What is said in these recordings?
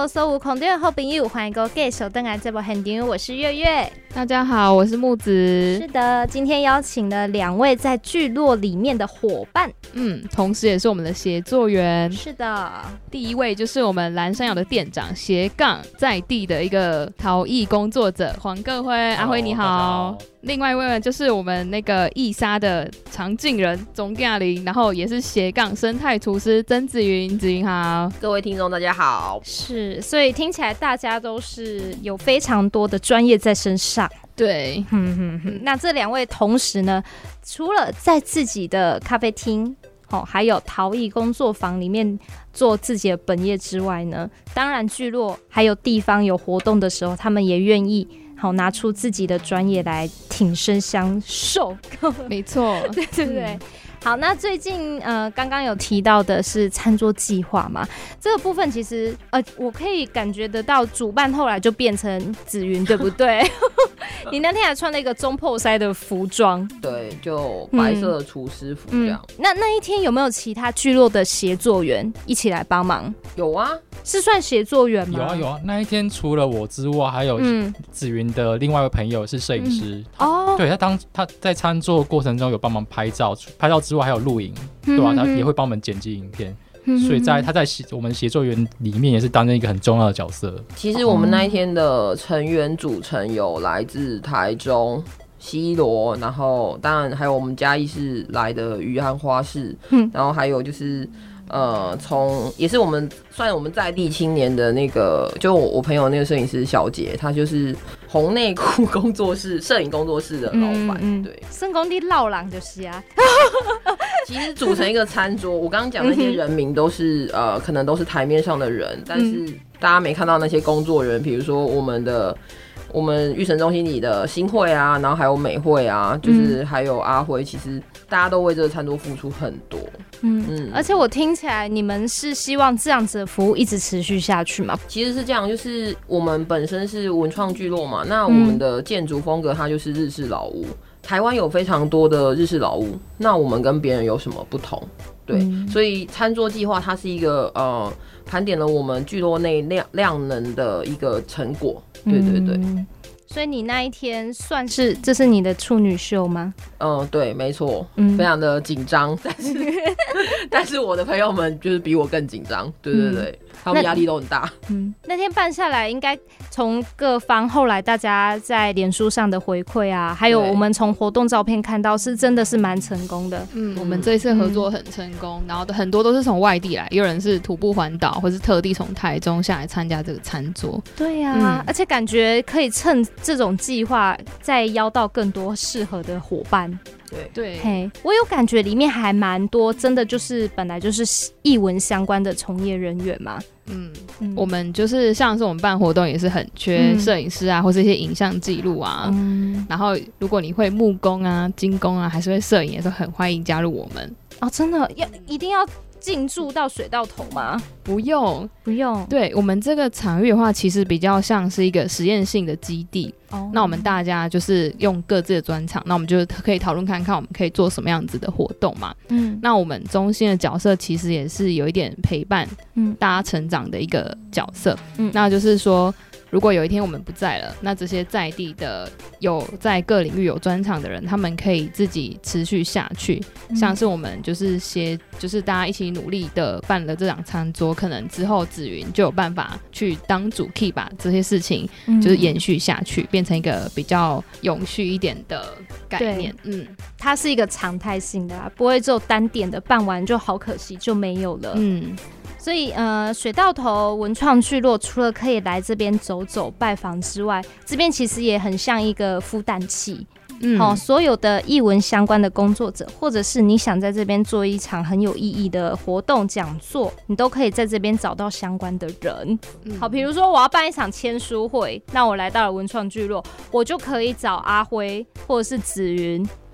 好，所有空中的好朋友，欢迎各位继续回来这部现场，我是月月。 大家好，我是木子。 是的，今天邀请了2位在聚落里面的伙伴， 同时也是我们的协作员。 是的， 第一位就是我们蓝山窑的店长斜杠在地的一个陶艺工作者黄各辉，阿辉你好。另外一位就是我们那个义沙的常进人总驾临，然后也是斜杠生态厨师曾子云，子云好。 各位听众大家好。 是，所以听起来大家都是有非常多的专业在身上。 对， 那这2位同时呢，除了在自己的咖啡厅还有陶艺工作坊里面做自己的本业之外呢，当然聚落还有地方有活动的时候，他们也愿意拿出自己的专业来挺身相授。 没错， 对对对。好，那最近刚刚有提到的是餐桌计划嘛，这个部分其实我可以感觉得到，主办后来就变成子云，对不对？你那天还穿了一个中破塞的服装， 对，就白色的厨师服这样。 那一天有没有其他聚落的协作员一起来帮忙？ 有啊， 是算协作员吗？ 有啊，那一天除了我之外，还有子云的另外一位朋友是摄影师。对，他在餐桌过程中有帮忙拍照之外还有录影，对吧？他也会帮我们剪辑影片。所以他在我们协作员里面也是担任一个很重要的角色。 其实我们那一天的成员组成有来自台中、西螺，然后当然还有我们嘉义市来的余汉花市，然后还有就是也是我们算我们在地青年的那个，就我朋友那个摄影师小姐，她就是红内裤工作室摄影工作室的老板。对， 圣公地老人就是啊。 其实组成一个餐桌，我刚刚讲那些人名都是可能都是台面上的人，但是大家没看到那些工作人员，比如说我们育成中心里的新会啊，然后还有美会啊，就是还有阿辉，其实大家都为这个餐桌付出很多。 而且我听起来你们是希望这样子的服务一直持续下去吗？ 其实是这样，就是我们本身是文创聚落嘛，那我们的建筑风格它就是日式老屋。台湾有非常多的日式老屋，那我们跟别人有什么不同？对，所以餐桌计划它是一个盘点了我们聚落内量能的一个成果。对对对。 所以你那一天算是这是你的处女秀吗？ 对，没错，非常的紧张，但是我的朋友们就是比我更紧张。对对对。他们压力都很大。 那天办下来，应该从各方后来大家在脸书上的回馈啊，还有我们从活动照片看到，是真的是蛮成功的。 我们这一次合作很成功，然后很多都是从外地来，有人是徒步环岛，或是特地从台中下来参加这个餐桌。 对啊，而且感觉可以趁这种计划再邀到更多适合的伙伴。 对， 我有感觉里面还蛮多，真的就是本来就是艺文相关的从业人员嘛。 我们就是像是我们办活动也是很缺摄影师啊，或是一些影像记录啊。然后如果你会木工啊、金工啊，还是会摄影，也是很欢迎加入我们。 真的一定要进驻到水到头吗？ 不用。 对， 我们这个场域的话，其实比较像是一个实验性的基地。那我们大家就是用各自的专长，那我们就可以讨论看看我们可以做什么样子的活动嘛。那我们中心的角色其实也是有一点陪伴大家成长的一个角色。那就是说，如果有一天我们不在了，那这些在地的有在各领域有专长的人，他们可以自己持续下去。像是我们就是大家一起努力的办了这场餐桌，可能之后子云就有办法去当主 key， 把这些事情就是延续下去，变成一个比较永续一点的概念。 它是一个常态性的不会只有单点的办完就好可惜就没有了。所以水到头文创聚落除了可以来这边走走拜访之外，这边其实也很像一个孵蛋器。所有的艺文相关的工作者，或者是你想在这边做一场很有意义的活动讲座，你都可以在这边找到相关的人。好，比如说我要办一场签书会，那我来到了文创聚落，我就可以找阿辉或者是子云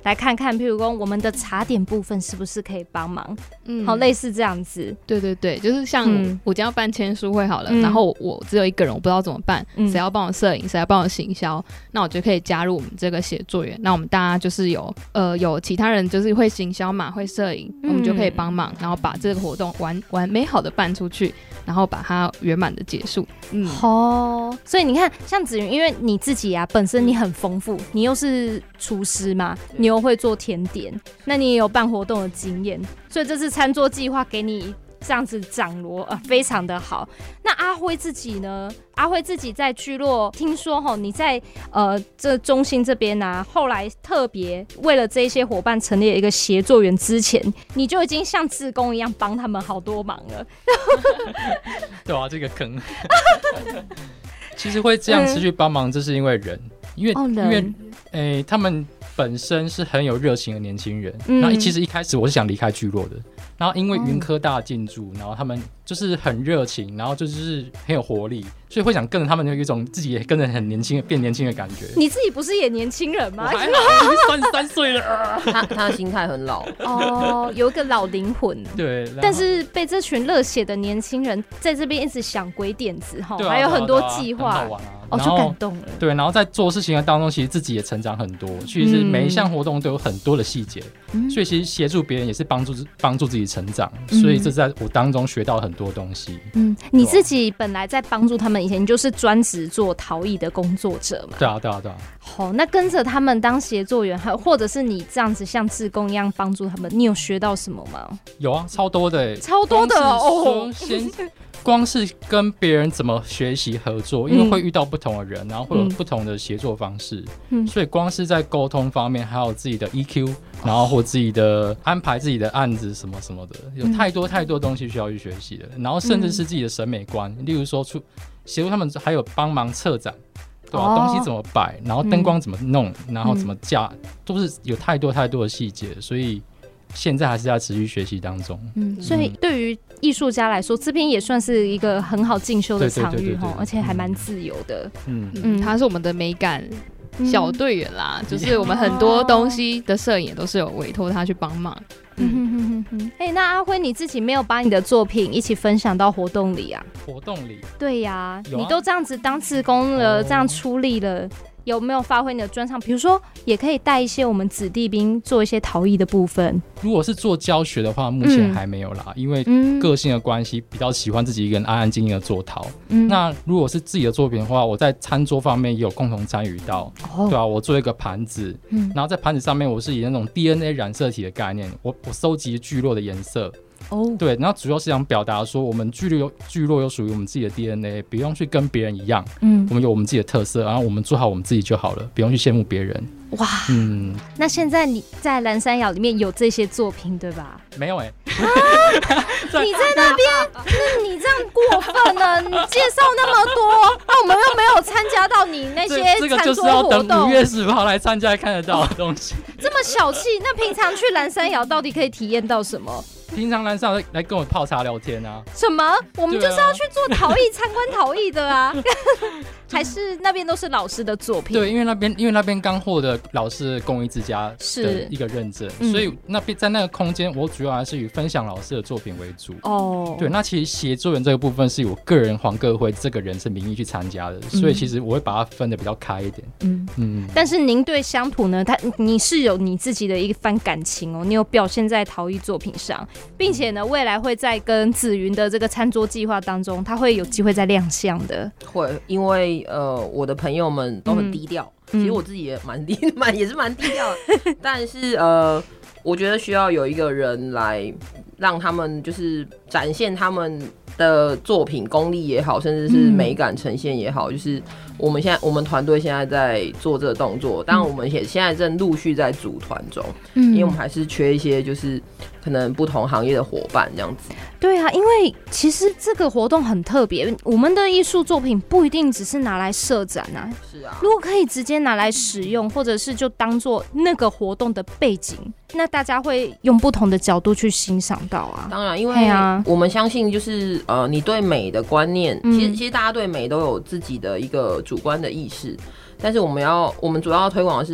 来看看，譬如说我们的茶点部分是不是可以帮忙，好，类似这样子。 对对对，就是像我今天要办签书会好了，然后我只有一个人，我不知道怎么办，谁要帮我摄影，谁要帮我行销，那我就可以加入我们这个协作员。那我们大家就是有其他人就是会行销嘛，会摄影，我们就可以帮忙，然后把这个活动完美好的办出去，然后把它圆满的结束。 所以你看，像子云，因为你自己啊本身你很丰富，你又是厨师嘛，你又会做甜点，那你也有办活动的经验，所以这次餐桌计划给你这样子掌握，非常的好。那阿辉自己呢？阿辉自己在聚落，听说你在这中心这边啊，后来特别为了这些伙伴成立了一个协作员之前，你就已经像志工一样帮他们好多忙了。 对啊，这个坑。其实会这样持续帮忙，这是因为人，因为他们本身是很有热情的年轻人。那其实一开始我是想离开聚落的，然后因为云科大进驻，然后他们就是很热情，然后就是很有活力，所以会想跟着他们，有一种自己也跟着很年轻变年轻的感觉。 你自己不是也年轻人吗？ 我还好，已经33岁了。 他的心态很老有一个老灵魂。 对， 但是被这群热血的年轻人在这边一直想鬼点子还有很多计划， 很好玩啊。 就感动了。 对，然后在做事情的当中，其实自己也成长很多。其实每一项活动都有很多的细节，所以其实协助别人也是帮助自己成长。所以这在我当中学到很多东西。 你自己本来在帮助他们以前，你就是专职做陶艺的工作者嘛？ 对啊。 那跟着他们当协作员，或者是你这样子像志工一样帮助他们，你有学到什么吗？ 有啊，超多的。光是跟别人怎么学习合作，因为会遇到不同的人，然后会有不同的协作方式，所以光是在沟通方面，还有自己的 EQ， 然后或自己的安排自己的案子什么什么的，有太多东西需要去学习的。然后甚至是自己的审美观，例如说协助他们还有帮忙策展，对吧？东西怎么摆，然后灯光怎么弄，然后怎么架，都是有太多的细节，所以现在还是在持续学习当中。 所以对于艺术家来说，这边也算是一个很好进修的场域，而且还蛮自由的。 他是我们的美感小队员啦，就是我们很多东西的摄影也都是有委托他去帮忙。 那阿辉你自己没有把你的作品一起分享到活动里啊？ 活动里？ 对呀，你都这样子当志工了，这样出力了。有没有发挥你的专长？比如说，也可以带一些我们子弟兵做一些陶艺的部分。 如果是做教学的话，目前还没有啦，因为个性的关系，比较喜欢自己一个人安安静静的做陶。那如果是自己的作品的话，我在餐桌方面也有共同参与到，对啊，我做一个盘子，然后在盘子上面，我是以那种 DNA 染色体的概念，我收集聚落的颜色。对，然后主要是想表达说，我们聚落有属于我们自己的 DNA， 不用去跟别人一样，我们有我们自己的特色，然后我们做好我们自己就好了，不用去羡慕别人。 哇，那现在你在蓝山窑里面有这些作品对吧？ 没有你在那边，你这样过分了！你介绍那么多，那我们又没有参加到你那些餐桌活动，这个就是要等5月10号来参加看得到的东西。 这么小气，那平常去蓝山窑到底可以体验到什么？ 平常蓝山来跟我泡茶聊天啊？ 什么？我们就是要去做陶艺、参观陶艺的啊！还是那边都是老师的作品？ 对，因为那边刚获得老师工艺之家的一个认证，所以在那个空间，我主要还是以分享老师的作品为主。对，那其实协作员这个部分是以我个人黄各辉这个人是名义去参加的，所以其实我会把它分得比较开一点。 但是您对乡土呢？你是有你自己的一番感情哦，你有表现在陶艺作品上，并且呢，未来会在跟紫云的这个餐桌计划当中，他会有机会再亮相的。 会，因为我的朋友们都很低调，其实我自己也也是蛮低调的，但是我觉得需要有一个人来让他们就是展现他们的作品功力也好，甚至是美感呈现也好，就是我们团队现在在做这个动作，当然我们也现在正陆续在组团中，因为我们还是缺一些就是可能不同行业的伙伴这样子。 对啊，因为其实这个活动很特别，我们的艺术作品不一定只是拿来设展啊， 是啊， 如果可以直接拿来使用，或者是就当做那个活动的背景，那大家会用不同的角度去欣赏到啊。 当然，因为我们相信就是你对美的观念，其实大家对美都有自己的一个主观的意识，但是我们主要推广的是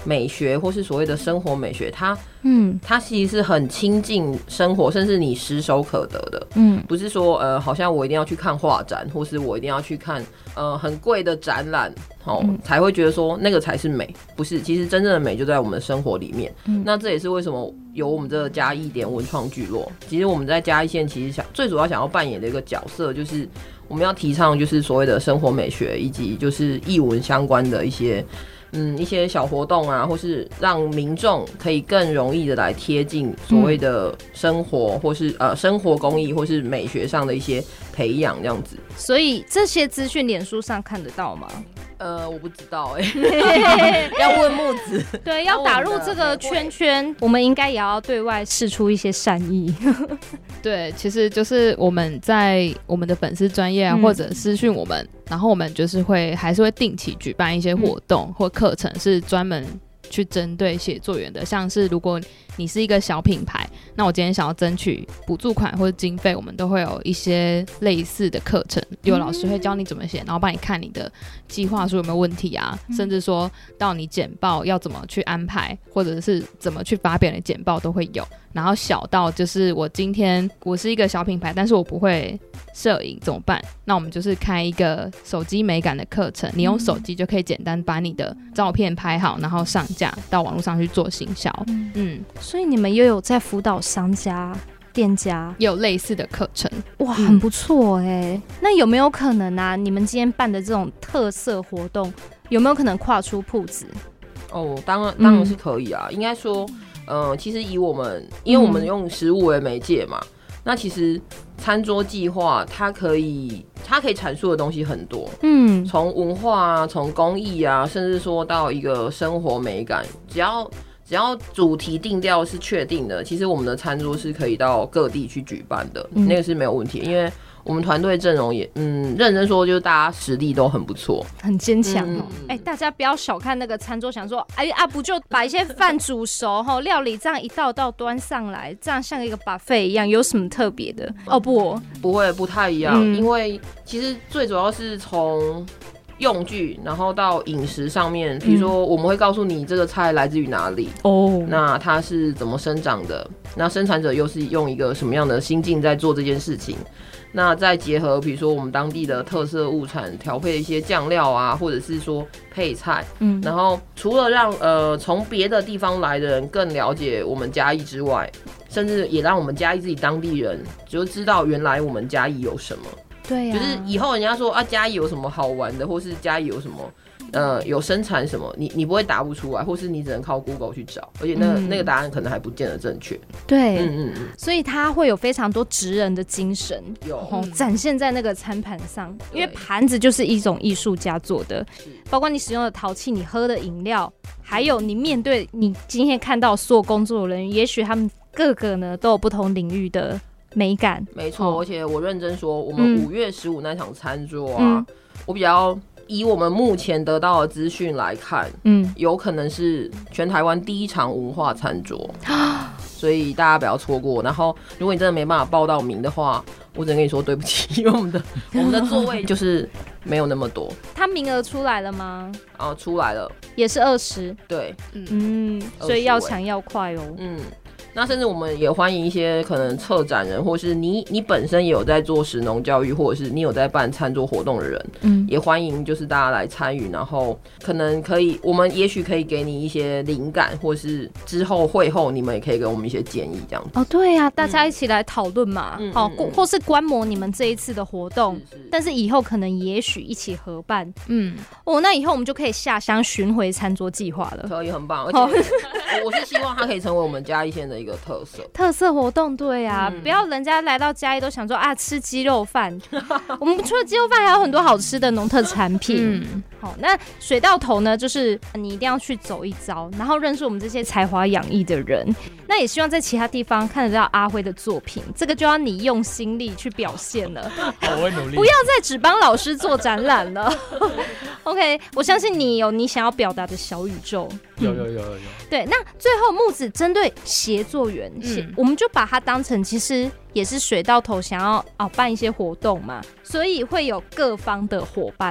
美学或是所谓的生活美学，它其实是很亲近生活，甚至你实手可得的。不是说好像我一定要去看画展，或是我一定要去看很贵的展览，才会觉得说那个才是美。不是，其实真正的美就在我们的生活里面。那这也是为什么有我们这个嘉义点文创聚落。其实我们在嘉义县其实最主要想要扮演的一个角色，就是我们要提倡就是所谓的生活美学，以及就是艺文相关的一些小活动啊，或是让民众可以更容易的来贴近所谓的生活，或是生活工艺，或是美学上的一些培养这样子。 所以这些资讯脸书上看得到吗？ 我不知道要问木子。 对，要打入这个圈圈，我们应该也要对外释出一些善意。 对，其实就是我们在我们的粉丝专页或者私讯我们，然后我们就是还是会定期举办一些活动或课程，是专门去针对写作员的。像是如果你是一个小品牌，那我今天想要争取补助款或者经费，我们都会有一些类似的课程，有老师会教你怎么写，然后帮你看你的计划书有没有问题啊，甚至说到你简报要怎么去安排，或者是怎么去发表你的简报都会有。然后小到就是今天我是一个小品牌，但是我不会摄影怎么办？那我们就是开一个手机美感的课程，你用手机就可以简单把你的照片拍好，然后上架到网络上去做行销。 所以你们又有在辅导商家、店家， 也有类似的课程。 哇，很不错那有没有可能啊？你们今天办的这种特色活动，有没有可能跨出铺子？ 当然是可以啊。应该说，其实因为我们用食物为媒介嘛，那其实餐桌计划它可以阐述的东西很多，从文化啊，从工艺啊，甚至说到一个生活美感，只要主题定调是确定的，其实我们的餐桌是可以到各地去举办的，那个是没有问题。因为我们团队阵容也认真说，就是大家实力都很不错， 很坚强大家不要小看那个餐桌，想说不就把一些饭煮熟料理这样一道道端上来，这样像一个 buffet 一样，有什么特别的？ 不会，不太一样。因为其实最主要是从用具，然后到饮食上面，比如说我们会告诉你这个菜来自于哪里，那它是怎么生长的，那生产者又是用一个什么样的心境在做这件事情，那再结合比如说我们当地的特色物产调配一些酱料啊，或者是说配菜，然后除了让从别的地方来的人更了解我们嘉义之外，甚至也让我们嘉义自己当地人就知道原来我们嘉义有什么。 对啊， 就是以后人家说嘉义有什么好玩的，或是嘉义有什么有生产什么，你不会答不出来，或是你只能靠 Google 去找，而且那个答案可能还不见得正确。 对，所以它会有非常多职人的精神，展现在那个餐盘上，因为盘子就是一种艺术家做的，包括你使用的陶器、你喝的饮料，还有你面对你今天看到所有工作人员，也许他们各个呢都有不同领域的美感。 没错，而且我认真说，我们5月15那场餐桌啊，我比较以我们目前得到的资讯来看，有可能是全台湾第一场文化餐桌，所以大家不要错过。然后，如果你真的没办法报到名的话，我只能跟你说对不起，因为我们的座位就是没有那么多。 他名额出来了吗？ 出来了， 也是20。 对， 所以要抢要快哦。 那甚至我们也欢迎一些可能策展人，或是你本身也有在做食农教育，或者是你有在办餐桌活动的人，也欢迎就是大家来参与，然后可能我们也许可以给你一些灵感，或是之后会后你们也可以给我们一些建议，这样子。 对啊，大家一起来讨论嘛，或是观摩你们这一次的活动，但是以后可能也许一起合办，那以后我们就可以下乡巡回餐桌计划了， 可以，很棒，而且我是希望它可以成为我们嘉义县的一个特色活动。对啊，不要人家来到嘉义都想说吃鸡肉饭，我们除了鸡肉饭还有很多好吃的农特产品。好，那水到头呢，就是你一定要去走一遭，然后认识我们这些才华洋溢的人。那也希望在其他地方看得到阿辉的作品，这个就要你用心力去表现了。 好，我会努力， 不要再只帮老师做展览了。OK， 我相信你有你想要表达的小宇宙。 有。 对，那最后木子针对协作员，我们就把它当成其实也是水到头想要办一些活动嘛，所以会有各方的伙伴。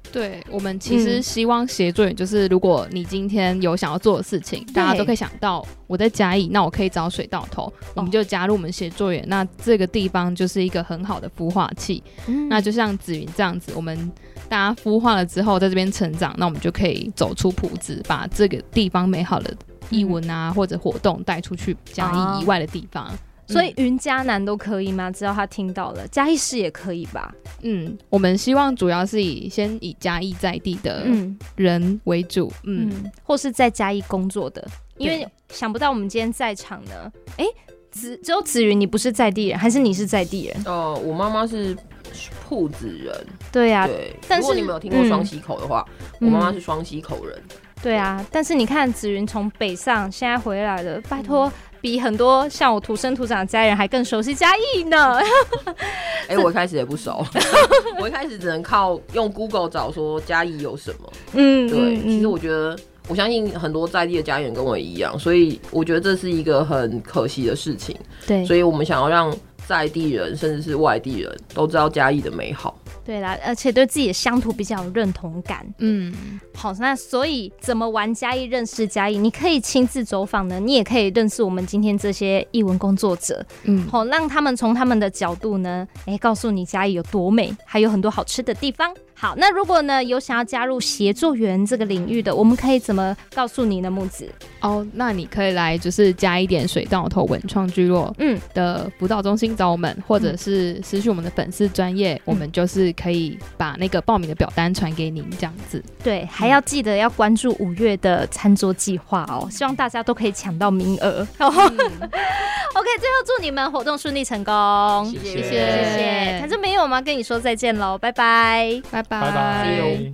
对，我们其实希望协作员就是如果你今天有想要做的事情，大家都可以想到我在嘉义，那我可以找水稻头，我们就加入我们协作员，那这个地方就是一个很好的孵化器。那就像紫云这样子，我们大家孵化了之后在这边成长，那我们就可以走出埔子，把这个地方美好的艺文啊或者活动带出去嘉义以外的地方。 所以云嘉南都可以吗？只要他听到了，嘉义市也可以吧？ 我们希望主要是先以嘉义在地的人为主， 或是在嘉义工作的，因为想不到我们今天在场呢，只有子云你不是在地人，还是你是在地人？ 我妈妈是埔子人。 对啊， 对。但是如果你没有听过双溪口的话，我妈妈是双溪口人。 对啊，但是你看子云从北上现在回来了，拜托。比很多像我土生土长的家人还更熟悉嘉义呢。 我一开始也不熟，我一开始只能靠用 Google 找说嘉义有什么。对，其实我觉得，我相信很多在地的家人跟我一样，所以我觉得这是一个很可惜的事情。 对， 所以我们想要让在地人甚至是外地人都知道嘉义的美好。 对啦，而且对自己的乡土比较有认同感。好，那所以怎么玩嘉义、认识嘉义？你可以亲自走访呢，你也可以认识我们今天这些艺文工作者。好，让他们从他们的角度呢，告诉你嘉义有多美，还有很多好吃的地方。好，那如果呢有想要加入协作员这个领域的，我们可以怎么告诉你呢？木子那你可以来就是加一点水稻头文创聚落的辅导中心找我们，或者是私讯我们的粉丝专页，我们就是可以把那个报名的表单传给您这样子。 对，还要记得要关注5月的餐桌计划哦，希望大家都可以抢到名额。OK， 最后祝你们活动顺利成功， 谢谢。 反正没有，我们要跟你说再见喽，拜拜， 拜拜。 拜拜。